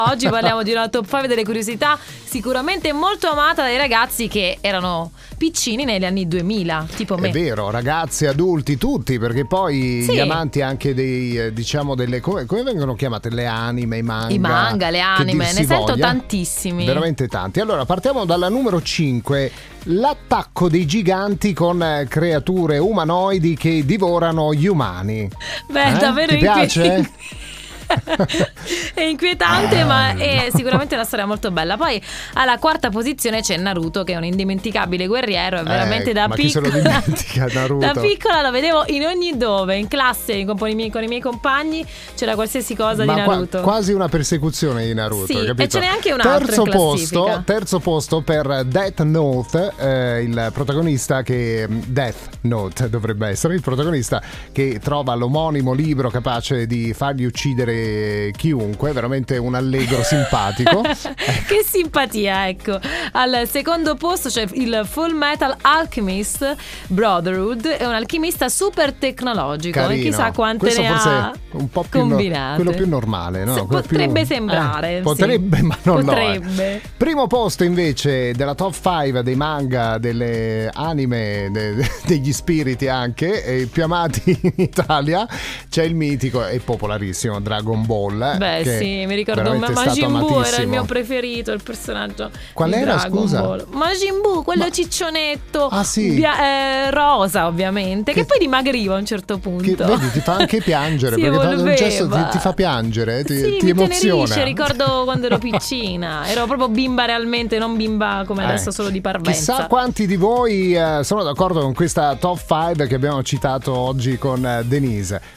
Oggi parliamo di una top 5 delle curiosità sicuramente molto amata dai ragazzi che erano piccini negli anni 2000, tipo me. È vero, ragazzi, adulti, tutti, perché poi Sì. gli amanti anche dei, diciamo, delle come vengono chiamate? Le anime, i manga. I manga, le che anime, dir ne si sento voglia. tantissimi. Veramente tanti. Allora, partiamo dalla numero 5. L'attacco dei giganti con creature umanoidi che divorano gli umani. Beh, davvero Ti piace? È inquietante, ma è sicuramente una storia molto bella. Poi alla quarta posizione c'è Naruto, che è un indimenticabile guerriero. È veramente da ma chi se lo piccola. dimentica, Naruto? Da piccola lo vedevo in ogni dove, in classe con i miei compagni c'era qualsiasi cosa Ma di Naruto. quasi una persecuzione di Naruto, Sì, capito? e ce n'è anche un altro in classifica. Terzo posto per Death Note, il protagonista che Death Note dovrebbe essere il protagonista che trova l'omonimo libro capace di fargli uccidere chiunque, veramente un allegro simpatico. Che simpatia, ecco. Al secondo posto c'è il Full Metal Alchemist Brotherhood, è un alchimista super tecnologico. Carino. E chissà quante Questo ne forse ha un po' più combinate. quello più normale, no? Quello Potrebbe più, sembrare. Sì. potrebbe, ma non potrebbe. lo è. Primo posto invece della top 5 dei manga, delle anime, degli spiriti anche, più amati in Italia, c'è il mitico e popolarissimo Dragon Ball. Beh, che sì, mi ricordo veramente è stato Majin Buu era il amatissimo. mio preferito, il personaggio. Qual di era, Dragon scusa? Ball. Majin Buu, quello ciccionetto. Ah, sì. Rosa, ovviamente. Che poi dimagriva a un certo punto. Che, vedi, ti fa anche piangere, Si perché fa un evolveva. gesto, ti fa piangere, ti mi emoziona. tenerisce, ricordo quando ero piccina. Ero proprio bimba realmente, non bimba come adesso solo di parvenza. Chissà quanti di voi sono d'accordo con questa top 5 che abbiamo citato oggi con Denise.